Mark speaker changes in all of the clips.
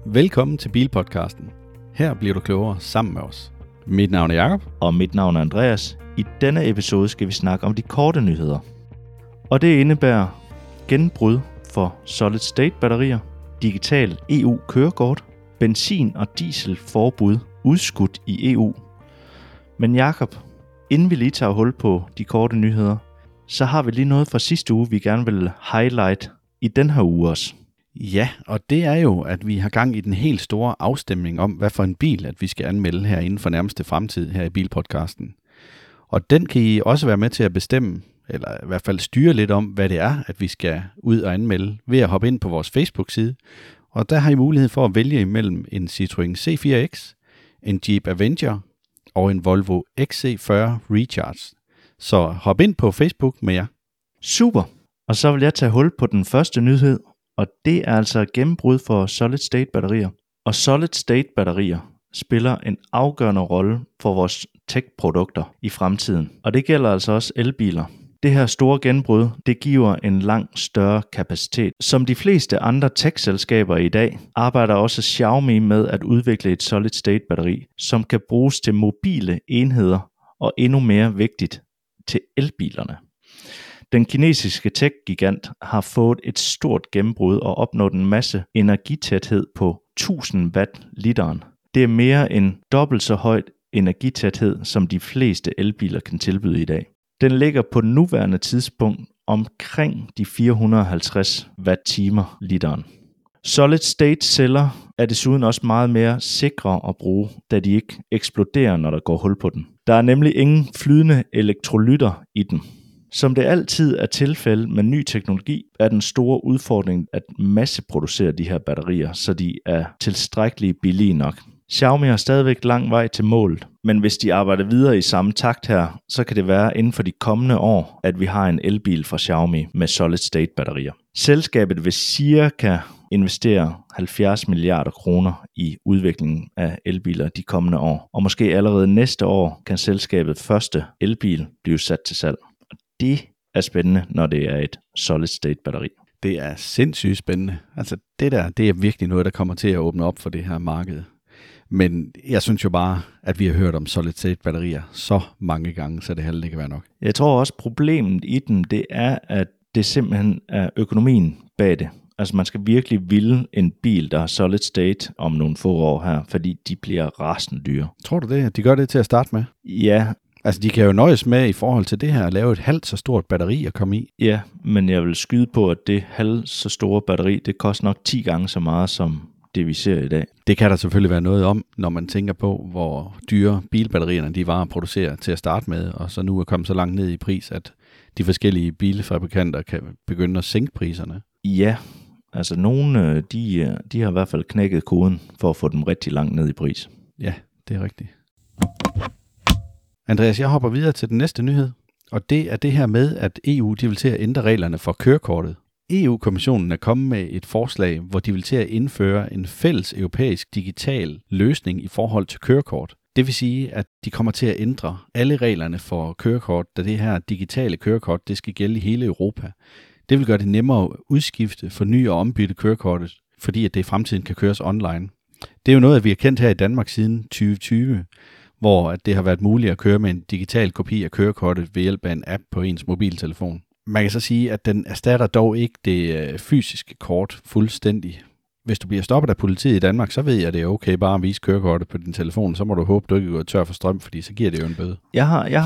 Speaker 1: Velkommen til Bilpodcasten. Her bliver du klogere sammen med os. Mit navn er Jakob.
Speaker 2: Og mit navn er Andreas. I denne episode skal vi snakke om de korte nyheder. Og det indebærer genbrud for solid state batterier, digital EU-kørekort, benzin- og dieselforbud udskudt i EU. Men Jakob, inden vi lige tager hul på de korte nyheder, så har vi lige noget fra sidste uge, vi gerne vil highlight i den her uge også.
Speaker 1: Ja, og det er jo, at vi har gang i den helt store afstemning om, hvad for en bil, at vi skal anmelde her inden for nærmeste fremtid her i Bilpodcasten. Og den kan I også være med til at bestemme, eller i hvert fald styre lidt om, hvad det er, at vi skal ud og anmelde ved at hoppe ind på vores Facebook-side. Og der har I mulighed for at vælge imellem en Citroën C4X, en Jeep Avenger og en Volvo XC40 Recharge. Så hop ind på Facebook med jer.
Speaker 2: Super! Og så vil jeg tage hul på den første nyhed, og det er altså gennembrud for solid state batterier. Og solid state batterier spiller en afgørende rolle for vores tech-produkter i fremtiden. Og det gælder altså også elbiler. Det her store gennembrud, det giver en langt større kapacitet. Som de fleste andre tech-selskaber i dag, arbejder også Xiaomi med at udvikle et solid state batteri, som kan bruges til mobile enheder og endnu mere vigtigt til elbilerne. Den kinesiske tech-gigant har fået et stort gennembrud og opnået en masse energitæthed på 1000 watt literen. Det er mere end dobbelt så højt energitæthed, som de fleste elbiler kan tilbyde i dag. Den ligger på nuværende tidspunkt omkring de 450 watt-timer literen. Solid state celler er desuden også meget mere sikre at bruge, da de ikke eksploderer, når der går hul på den. Der er nemlig ingen flydende elektrolytter i den. Som det altid er tilfældet med ny teknologi, er den store udfordring at masseproducere de her batterier, så de er tilstrækkeligt billige nok. Xiaomi har stadigvæk lang vej til målet, men hvis de arbejder videre i samme takt her, så kan det være inden for de kommende år, at vi har en elbil fra Xiaomi med solid state batterier. Selskabet vil cirka investere 70 milliarder kroner i udviklingen af elbiler de kommende år, og måske allerede næste år kan selskabets første elbil blive sat til salg. Det er spændende, når det er et solid state batteri.
Speaker 1: Det er sindssygt spændende. Altså det er virkelig noget, der kommer til at åbne op for det her marked. Men jeg synes jo bare, at vi har hørt om solid state batterier så mange gange, så det heller ikke kan være nok.
Speaker 2: Jeg tror også, problemet i dem, det er, at det simpelthen er økonomien bag det. Altså man skal virkelig ville en bil, der har solid state om nogle få år her, fordi de bliver rasende dyre.
Speaker 1: Tror du det, at de gør det til at starte med?
Speaker 2: Ja.
Speaker 1: Altså de kan jo nøjes med i forhold til det her at lave et halvt så stort batteri at komme i.
Speaker 2: Ja, men jeg vil skyde på, at det halvt så store batteri, det koster nok 10 gange så meget som det vi ser i dag.
Speaker 1: Det kan der selvfølgelig være noget om, når man tænker på, hvor dyre bilbatterierne de var at producere til at starte med, og så nu er kommet så langt ned i pris, at de forskellige bilfabrikanter kan begynde at sænke priserne.
Speaker 2: Ja, altså nogle de har i hvert fald knækket koden for at få dem rigtig langt ned i pris.
Speaker 1: Ja, det er rigtigt. Andreas, jeg hopper videre til den næste nyhed, og det er det her med, at EU de vil til at ændre reglerne for kørekortet. EU-kommissionen er kommet med et forslag, hvor de vil til at indføre en fælles europæisk digital løsning i forhold til kørekort. Det vil sige, at de kommer til at ændre alle reglerne for kørekort, da det her digitale kørekort det skal gælde i hele Europa. Det vil gøre det nemmere at udskifte, forny og ombytte kørekortet, fordi at det i fremtiden kan køres online. Det er jo noget, at vi har kendt her i Danmark siden 2020, hvor det har været muligt at køre med en digital kopi af kørekortet ved hjælp af en app på ens mobiltelefon. Man kan så sige, at den erstatter dog ikke det fysiske kort fuldstændig. Hvis du bliver stoppet af politiet i Danmark, så ved jeg, at det er okay bare at vise kørekortet på din telefon. Så må du håbe, du ikke går tør for strøm, fordi så giver det jo en bøde.
Speaker 2: Jeg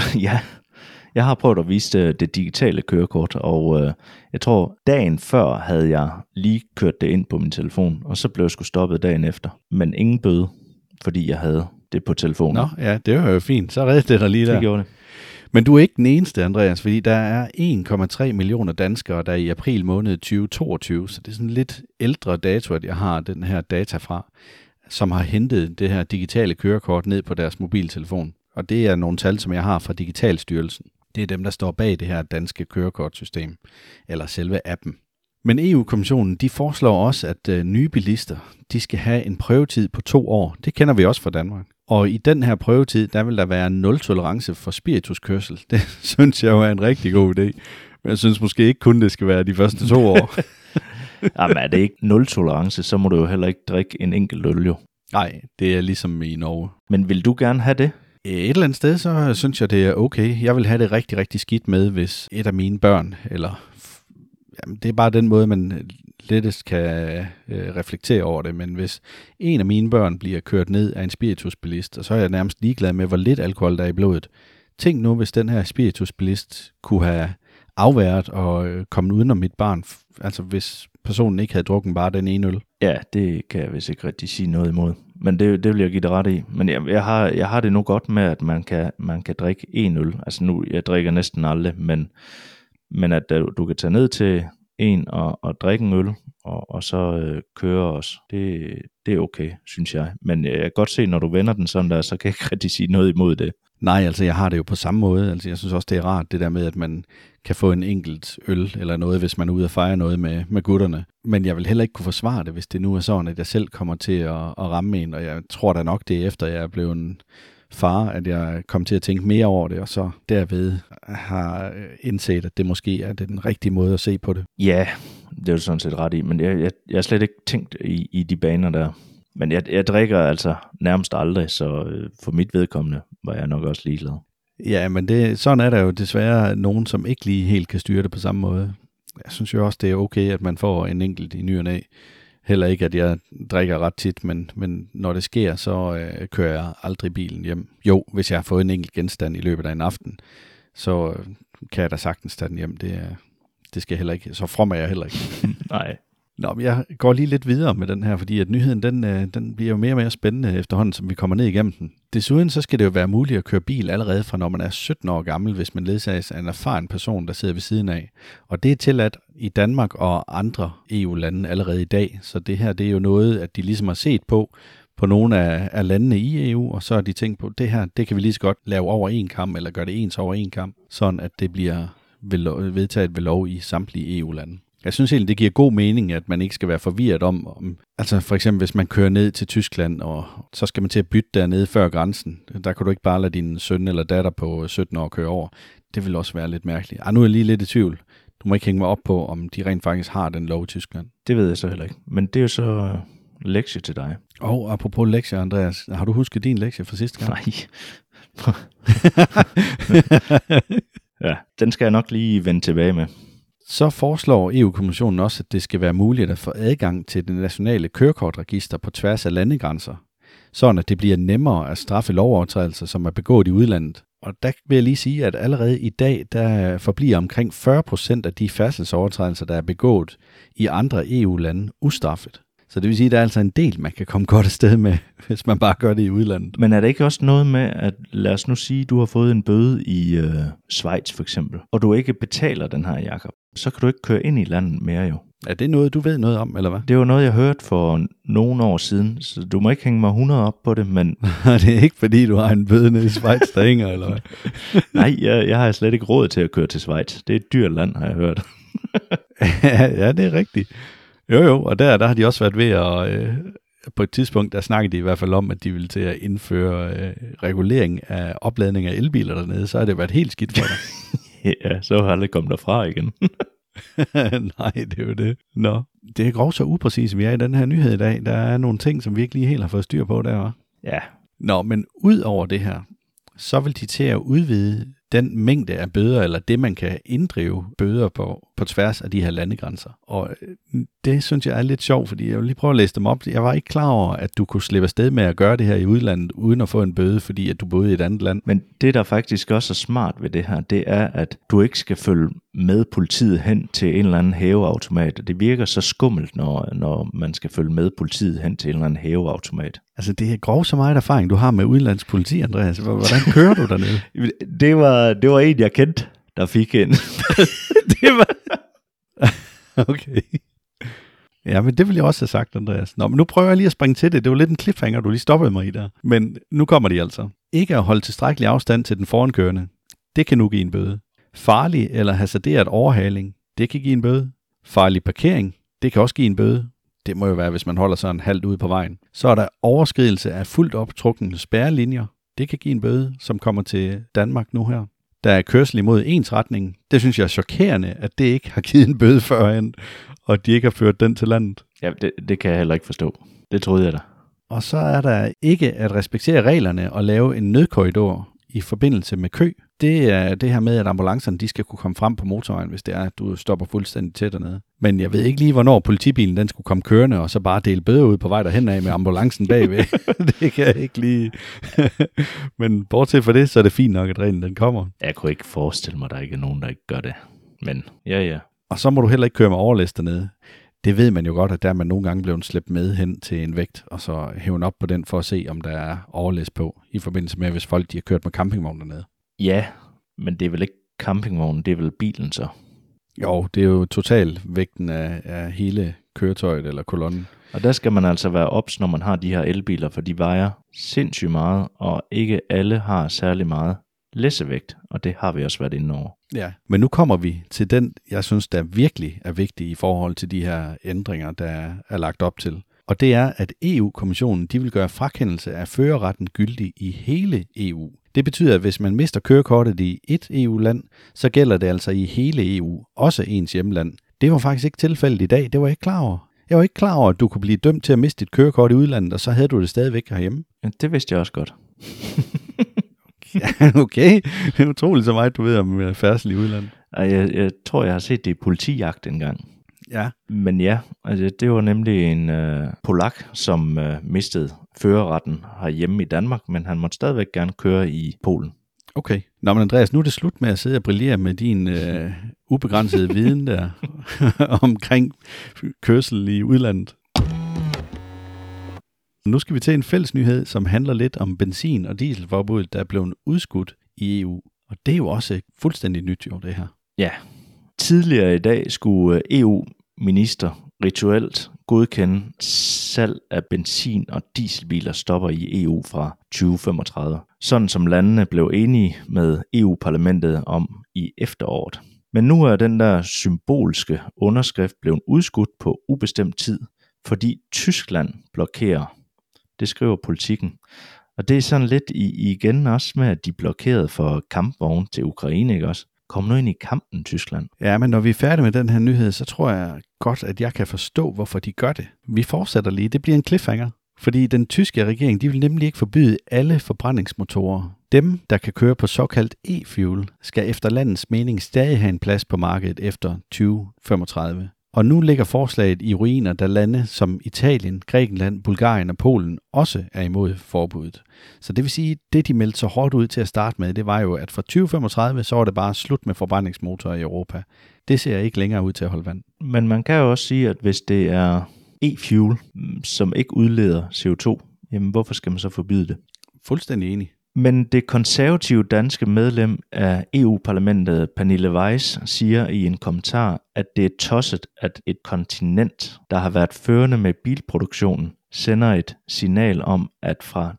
Speaker 2: har prøvet at vise det digitale kørekort, og jeg tror, dagen før havde jeg lige kørt det ind på min telefon, og så blev jeg sgu stoppet dagen efter. Men ingen bøde, fordi jeg havde det på telefonen.
Speaker 1: Nå, ja, det var jo fint. Så reddede det dig lige der.
Speaker 2: Det gjorde det.
Speaker 1: Men du er ikke den eneste, Andreas, fordi der er 1,3 millioner danskere, der i april måned 2022, så det er sådan lidt ældre dato, at jeg har den her data fra, som har hentet det her digitale kørekort ned på deres mobiltelefon. Og det er nogle tal, som jeg har fra Digitalstyrelsen. Det er dem, der står bag det her danske kørekortsystem, eller selve appen. Men EU-kommissionen de foreslår også, at nye bilister de skal have en prøvetid på 2 år. Det kender vi også fra Danmark. Og i den her prøvetid, der vil der være 0 tolerance for spirituskørsel. Det synes jeg jo er en rigtig god idé. Men jeg synes måske ikke kun, det skal være de første 2 år.
Speaker 2: Jamen, er det ikke nul-tolerance, så må du jo heller ikke drikke en enkelt øl, jo.
Speaker 1: Nej, det er ligesom i Norge.
Speaker 2: Men vil du gerne have det?
Speaker 1: Et eller andet sted, så synes jeg, det er okay. Jeg vil have det rigtig, rigtig skidt med, hvis et af mine børn, eller jamen, det er bare den måde, man lettest kan reflektere over det, men hvis en af mine børn bliver kørt ned af en spiritusbilist, og så er jeg nærmest ligeglad med, hvor lidt alkohol der er i blodet. Tænk nu, hvis den her spiritusbilist kunne have afværet og kommet udenom mit barn, altså hvis personen ikke havde drukket bare den ene øl.
Speaker 2: Ja, det kan jeg vist ikke rigtig sige noget imod. Men det vil jeg give dig ret i. Men jeg har det nu godt med, at man kan drikke en øl. Altså nu, jeg drikker næsten aldrig, men at du kan tage ned til en og drikke en øl, og så køre os. Det er okay, synes jeg. Men jeg kan godt se, når du vender den sådan der, så kan jeg ikke rigtig sige noget imod det.
Speaker 1: Nej, altså jeg har det jo på samme måde. Altså jeg synes også, det er rart, det der med, at man kan få en enkelt øl eller noget, hvis man er ude og fejre noget med gutterne. Men jeg vil heller ikke kunne forsvare det, hvis det nu er sådan, at jeg selv kommer til at ramme en, og jeg tror da nok, det er efter, jeg er blevet en far, at jeg kom til at tænke mere over det, og så derved har indset, at det måske er den rigtige måde at se på det.
Speaker 2: Ja, det er du sådan set ret i, men jeg har slet ikke tænkt i de baner der. Men jeg drikker altså nærmest aldrig, så for mit vedkommende var jeg nok også ligeglad.
Speaker 1: Ja, men sådan er der jo desværre nogen, som ikke lige helt kan styre det på samme måde. Jeg synes jo også, det er okay, at man får en enkelt i ny og næ. Heller ikke, at jeg drikker ret tit, men når det sker, så kører jeg aldrig bilen hjem. Jo, hvis jeg har fået en enkelt genstand i løbet af en aften, så kan jeg da sagtens tage den hjem. Det skal heller ikke. Så from er jeg heller ikke.
Speaker 2: Nej.
Speaker 1: Nå, men jeg går lige lidt videre med den her, fordi at nyheden, den bliver jo mere og mere spændende efterhånden, som vi kommer ned igennem den. Desuden så skal det jo være muligt at køre bil allerede fra når man er 17 år gammel, hvis man ledsages af en erfaren person, der sidder ved siden af. Og det er tilladt i Danmark og andre EU-lande allerede i dag, så det her, det er jo noget, at de ligesom har set på nogle af landene i EU, og så har de tænkt på, det her, det kan vi lige så godt lave over en kam, eller gøre det ens over en kam, sådan at det bliver vedtaget ved lov i samtlige EU-lande. Jeg synes egentlig, det giver god mening, at man ikke skal være forvirret om altså for eksempel, hvis man kører ned til Tyskland, og så skal man til at bytte dernede før grænsen. Der kan du ikke bare lade din søn eller datter på 17 år køre over. Det vil også være lidt mærkeligt. Nu er jeg lige lidt i tvivl. Du må ikke hænge mig op på, om de rent faktisk har den lov i Tyskland.
Speaker 2: Det ved jeg så heller ikke. Men det er jo så lektie til dig.
Speaker 1: Apropos lektier, Andreas. Har du husket din lektie fra sidste gang?
Speaker 2: Nej. Ja, den skal jeg nok lige vende tilbage med.
Speaker 1: Så foreslår EU-kommissionen også, at det skal være muligt at få adgang til det nationale kørekortregister på tværs af landegrænser, sådan at det bliver nemmere at straffe lovovertrædelser, som er begået i udlandet. Og der vil jeg lige sige, at allerede i dag, der forbliver omkring 40% af de færdselsovertrædelser, der er begået i andre EU-lande, ustraffet. Så det vil sige, at der er altså en del, man kan komme godt afsted med, hvis man bare gør det i udlandet.
Speaker 2: Men er der ikke også noget med, at lad os nu sige, at du har fået en bøde i Schweiz for eksempel, og du ikke betaler den her, Jakob, så kan du ikke køre ind i landet mere jo.
Speaker 1: Er det noget, du ved noget om, eller hvad?
Speaker 2: Det var noget, jeg hørte for nogle år siden, så du må ikke hænge mig 100 op på det, men...
Speaker 1: Det er ikke fordi, du har en bøde nede i Schweiz, der hænger, eller hvad?
Speaker 2: Nej, jeg har slet ikke råd til at køre til Schweiz. Det er et dyrt land, har jeg hørt.
Speaker 1: Ja, det er rigtigt. Jo, og der har de også været ved at... På et tidspunkt, der snakkede de i hvert fald om, at de ville til at indføre regulering af opladning af elbiler dernede, så har det været helt skidt for dig.
Speaker 2: Ja, så har jeg aldrig kommet derfra igen.
Speaker 1: Nej, det er jo det. Nå, det er grov så upræcis, som vi er i den her nyhed i dag. Der er nogle ting, som vi ikke lige helt har fået styr på der, hva'?
Speaker 2: Ja.
Speaker 1: Nå, men ud over det her, så vil de til at udvide den mængde af bøder, eller det, man kan inddrive bøder på tværs af de her landegrænser. Og det synes jeg er lidt sjovt, fordi jeg vil lige prøve at læse dem op. Jeg var ikke klar over, at du kunne slippe afsted med at gøre det her i udlandet, uden at få en bøde, fordi at du boede i et andet land.
Speaker 2: Men det, der faktisk også er smart ved det her, det er, at du ikke skal følge med politiet hen til en eller anden hæveautomat. Det virker så skummelt, når man skal følge med politiet hen til en eller anden hæveautomat.
Speaker 1: Altså, det er grov så meget erfaring, du har med udenlandsk politi, Andreas. Hvordan kører du dernede?
Speaker 2: Det var en, jeg kendte, der fik en.
Speaker 1: Det var... Okay. Ja, men det ville jeg også have sagt, Andreas. Nå, men nu prøver jeg lige at springe til det. Det var lidt en cliffhanger, du lige stoppede mig i der. Men nu kommer de altså. Ikke at holde tilstrækkelig afstand til den forankørende. Det kan nu give en bøde. Farlig eller hasarderet overhaling. Det kan give en bøde. Farlig parkering. Det kan også give en bøde. Det må jo være, hvis man holder sådan halvt ude på vejen. Så er der overskridelse af fuldt optrukne spærrelinjer. Det kan give en bøde, som kommer til Danmark nu her. Der er kørsel imod ensretning. Det synes jeg er chokerende, at det ikke har givet en bøde førhen, og de ikke har ført den til landet.
Speaker 2: Ja, det kan jeg heller ikke forstå. Det troede jeg da.
Speaker 1: Og så er der ikke at respektere reglerne og lave en nødkorridor i forbindelse med kø. Det er det her med, at ambulancerne de skal kunne komme frem på motorvejen, hvis det er, at du stopper fuldstændig tæt dernede. Men jeg ved ikke lige, hvornår politibilen den skulle komme kørende, og så bare dele bøder ud på vej derhen af med ambulancen bagved. Det kan jeg ikke lige. Men bortset fra det, så er det fint nok, at reglen den kommer.
Speaker 2: Jeg kunne ikke forestille mig, at der ikke er nogen, der ikke gør det. Men ja.
Speaker 1: Og så må du heller ikke køre med overlæs dernede. Det ved man jo godt, at der er man nogle gange blevet slæbt med hen til en vægt, og så hæven op på den for at se, om der er overlæs på, i forbindelse med, hvis folk de har kørt med campingvogn dernede.
Speaker 2: Ja, men det er vel ikke campingvognen, det er vel bilen så?
Speaker 1: Jo, det er jo totalvægten af hele køretøjet eller kolonnen.
Speaker 2: Og der skal man altså være ops, når man har de her elbiler, for de vejer sindssygt meget, og ikke alle har særlig meget læssevægt, og det har vi også været inde over.
Speaker 1: Ja, men nu kommer vi til den, jeg synes, der virkelig er vigtig i forhold til de her ændringer, der er lagt op til. Og det er, at EU-kommissionen de vil gøre frakendelse af førerretten gyldig i hele EU. Det betyder, at hvis man mister kørekortet i et EU-land, så gælder det altså i hele EU, også ens hjemland. Det var faktisk ikke tilfældet i dag, det var jeg ikke klar over. Jeg var ikke klar over, at du kunne blive dømt til at miste dit kørekort i udlandet, og så havde du det stadigvæk herhjemme.
Speaker 2: Ja, det vidste jeg også godt.
Speaker 1: Ja, okay. Det er utroligt så meget, du ved om færdsel i udlandet.
Speaker 2: Jeg tror, jeg har set det i politijagt engang.
Speaker 1: Ja.
Speaker 2: Men ja, altså, det var nemlig en polak, som mistede førerretten herhjemme i Danmark, men han måtte stadigvæk gerne køre i Polen.
Speaker 1: Okay. Nå, men Andreas, nu er det slut med at sidde og brillere med din ubegrænsede viden der omkring kørsel i udlandet. Nu skal vi til en fælles nyhed, som handler lidt om benzin- og dieselforbuddet, der er blevet udskudt i EU. Og det er jo også fuldstændig nyt, jo, det her.
Speaker 2: Ja. Tidligere i dag skulle EU-minister rituelt godkende salg af benzin- og dieselbiler stopper i EU fra 2035. Sådan som landene blev enige med EU-parlamentet om i efteråret. Men nu er den der symbolske underskrift blevet udskudt på ubestemt tid, fordi Tyskland blokerer. Det skriver Politikken. Og det er sådan lidt igen også med, at de blokerede for kampvogne til Ukraine, ikke også? Kom nu ind i kampen, Tyskland.
Speaker 1: Ja, men når vi er færdige med den her nyhed, så tror jeg godt, at jeg kan forstå, hvorfor de gør det. Vi fortsætter lige. Det bliver en cliffhanger. Fordi den tyske regering, de vil nemlig ikke forbyde alle forbrændingsmotorer. Dem, der kan køre på såkaldt e-fuel, skal efter landets mening stadig have en plads på markedet efter 2035. Og nu ligger forslaget i ruiner, da lande som Italien, Grækenland, Bulgarien og Polen også er imod forbuddet. Så det vil sige, det de meldte så hårdt ud til at starte med, det var jo, at fra 2035, så var det bare slut med forbrændingsmotorer i Europa. Det ser ikke længere ud til at holde vand.
Speaker 2: Men man kan jo også sige, at hvis det er e-fuel, som ikke udleder CO2, jamen hvorfor skal man så forbyde det?
Speaker 1: Fuldstændig enig.
Speaker 2: Men det konservative danske medlem af EU-parlamentet, Pernille Weiss, siger i en kommentar, at det er tosset, at et kontinent, der har været førende med bilproduktionen, sender et signal om, at fra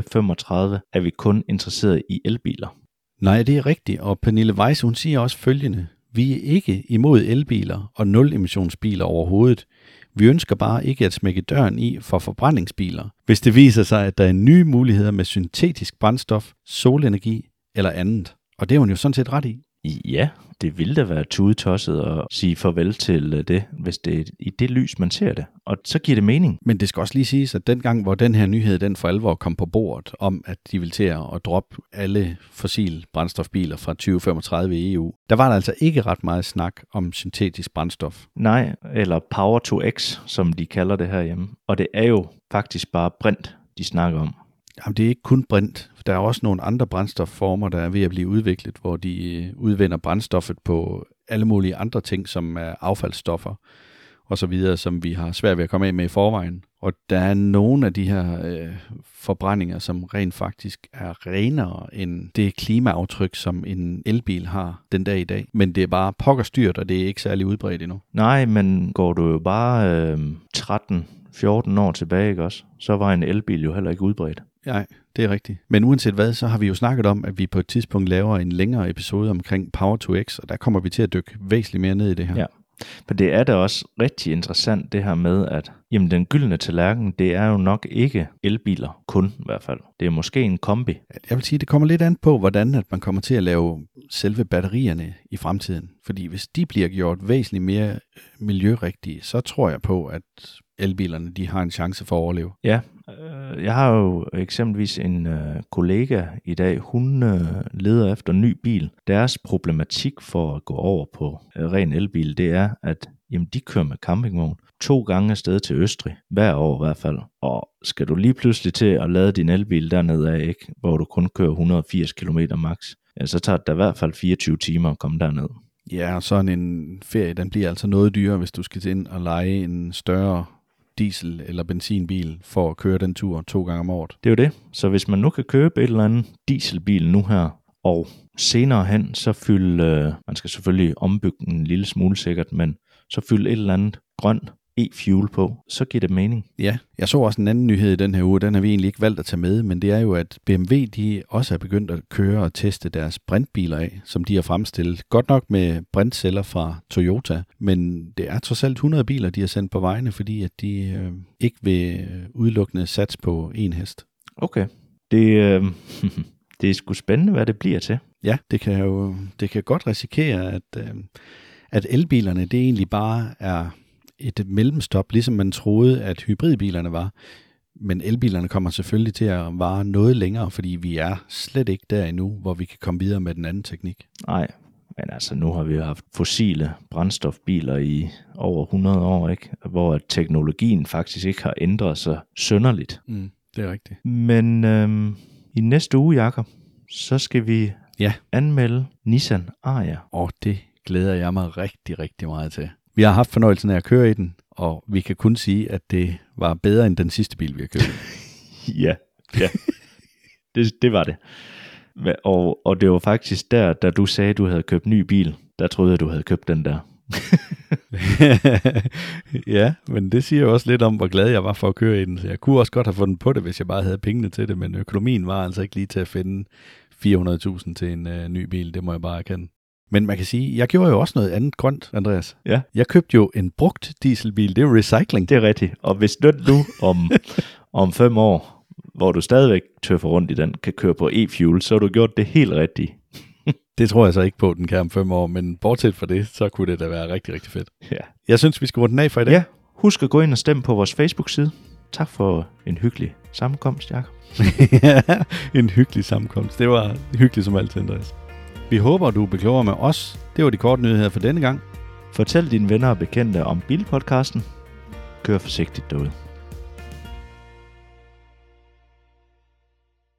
Speaker 2: 2035 er vi kun interesseret i elbiler.
Speaker 1: Nej, det er rigtigt, og Pernille Weiss, hun siger også følgende. Vi er ikke imod elbiler og nul-emissionsbiler overhovedet. Vi ønsker bare ikke at smække døren i for forbrændingsbiler, hvis det viser sig, at der er nye muligheder med syntetisk brændstof, solenergi eller andet. Og det er hun jo sådan set ret i.
Speaker 2: Ja, det ville da være tudetosset at sige farvel til det, hvis det er i det lys, man ser det. Og så giver det mening.
Speaker 1: Men det skal også lige siges, at dengang, hvor den her nyhed den for alvor kom på bordet, om at de vil til at droppe alle fossil brændstofbiler fra 2035 i EU, der var der altså ikke ret meget snak om syntetisk brændstof.
Speaker 2: Nej, eller Power to X, som de kalder det herhjemme. Og det er jo faktisk bare brint, de snakker om.
Speaker 1: Jamen, det er ikke kun brint. Der er også nogle andre brændstofformer, der er ved at blive udviklet, hvor de udvinder brændstoffet på alle mulige andre ting, som er affaldsstoffer og så videre, som vi har svært ved at komme af med i forvejen. Og der er nogle af de her forbrændinger, som rent faktisk er renere end det klimaaftryk, som en elbil har den dag i dag. Men det er bare pokkerstyrt, og det er ikke særlig udbredt endnu.
Speaker 2: Nej, men går du jo bare 13-14 år tilbage, ikke også? Så var en elbil jo heller ikke udbredt.
Speaker 1: Nej, det er rigtigt. Men uanset hvad, så har vi jo snakket om, at vi på et tidspunkt laver en længere episode omkring Power to X, og der kommer vi til at dykke væsentligt mere ned i det her.
Speaker 2: Ja. Men det er da også rigtig interessant det her med, at jamen, den gyldne tallerken, det er jo nok ikke elbiler kun i hvert fald. Det er måske en kombi.
Speaker 1: Jeg vil sige, det kommer lidt an på, hvordan at man kommer til at lave selve batterierne i fremtiden. Fordi hvis de bliver gjort væsentligt mere miljørigtige, så tror jeg på, at elbilerne de har en chance for at overleve.
Speaker 2: Ja, jeg har jo eksempelvis en kollega i dag, hun leder efter en ny bil. Deres problematik for at gå over på ren elbil, det er, at jamen, de kører med campingvogn 2 gange afsted til Østrig, hver år i hvert fald. Og skal du lige pludselig til at lade din elbil dernede af, ikke, hvor du kun kører 180 km max, ja, så tager det i hvert fald 24 timer at komme derned.
Speaker 1: Ja, og sådan en ferie, den bliver altså noget dyrere, hvis du skal ind og leje en større diesel- eller benzinbil for at køre den tur 2 gange om året.
Speaker 2: Det er jo det. Så hvis man nu kan købe et eller andet dieselbil nu her, og senere hen, så fylde, man skal selvfølgelig ombygge en lille smule sikkert, men så fylde et eller andet grøn e-fuel på, så giver det mening.
Speaker 1: Ja, jeg så også en anden nyhed i den her uge, den har vi egentlig ikke valgt at tage med, men det er jo, at BMW de også er begyndt at køre og teste deres brintbiler af, som de har fremstillet. Godt nok med brintceller fra Toyota, men det er trods alt 100 biler, de har sendt på vejene, fordi at de ikke vil udelukkende satse på en hest.
Speaker 2: Okay. Det er sgu spændende, hvad det bliver til.
Speaker 1: Ja, det kan godt risikere, at elbilerne det egentlig bare er et mellemstop, ligesom man troede, at hybridbilerne var. Men elbilerne kommer selvfølgelig til at vare noget længere, fordi vi er slet ikke der endnu, hvor vi kan komme videre med den anden teknik.
Speaker 2: Nej, men altså nu har vi jo haft fossile brændstofbiler i over 100 år, ikke? Hvor teknologien faktisk ikke har ændret sig synderligt.
Speaker 1: Det er rigtigt.
Speaker 2: Men i næste uge, Jakob, så skal vi anmelde Nissan Ariya.
Speaker 1: Og det glæder jeg mig rigtig, rigtig meget til. Vi har haft fornøjelsen af at køre i den, og vi kan kun sige, at det var bedre end den sidste bil, vi har købt.
Speaker 2: ja. Det var det. Og det var faktisk der, da du sagde, at du havde købt ny bil, der troede jeg, at du havde købt den der.
Speaker 1: Ja, men det siger jo også lidt om, hvor glad jeg var for at køre i den. Så jeg kunne også godt have fundet på det, hvis jeg bare havde pengene til det, men økonomien var altså ikke lige til at finde 400.000 til en ny bil, det må jeg bare erkende. Men man kan sige, jeg gjorde jo også noget andet grønt, Andreas.
Speaker 2: Ja.
Speaker 1: Jeg købte jo en brugt dieselbil, det er jo recycling.
Speaker 2: Det er rigtigt, og hvis du om 5 år, hvor du stadigvæk tøffer rundt i den, kan køre på e-fuel, så har du gjort det helt rigtigt.
Speaker 1: Det tror jeg så ikke på, den kan om 5 år, men bortset fra det, så kunne det da være rigtig, rigtig fedt.
Speaker 2: Ja.
Speaker 1: Jeg synes, vi skal runde den af for i dag.
Speaker 2: Ja, husk at gå ind og stemme på vores Facebook-side. Tak for en hyggelig sammenkomst, Jakob.
Speaker 1: Ja, en hyggelig sammenkomst. Det var hyggeligt som altid, Andreas. Vi håber, du er beklogere med os. Det var de korte nyheder for denne gang.
Speaker 2: Fortæl dine venner og bekendte om Bilpodcasten. Kør forsigtigt derude.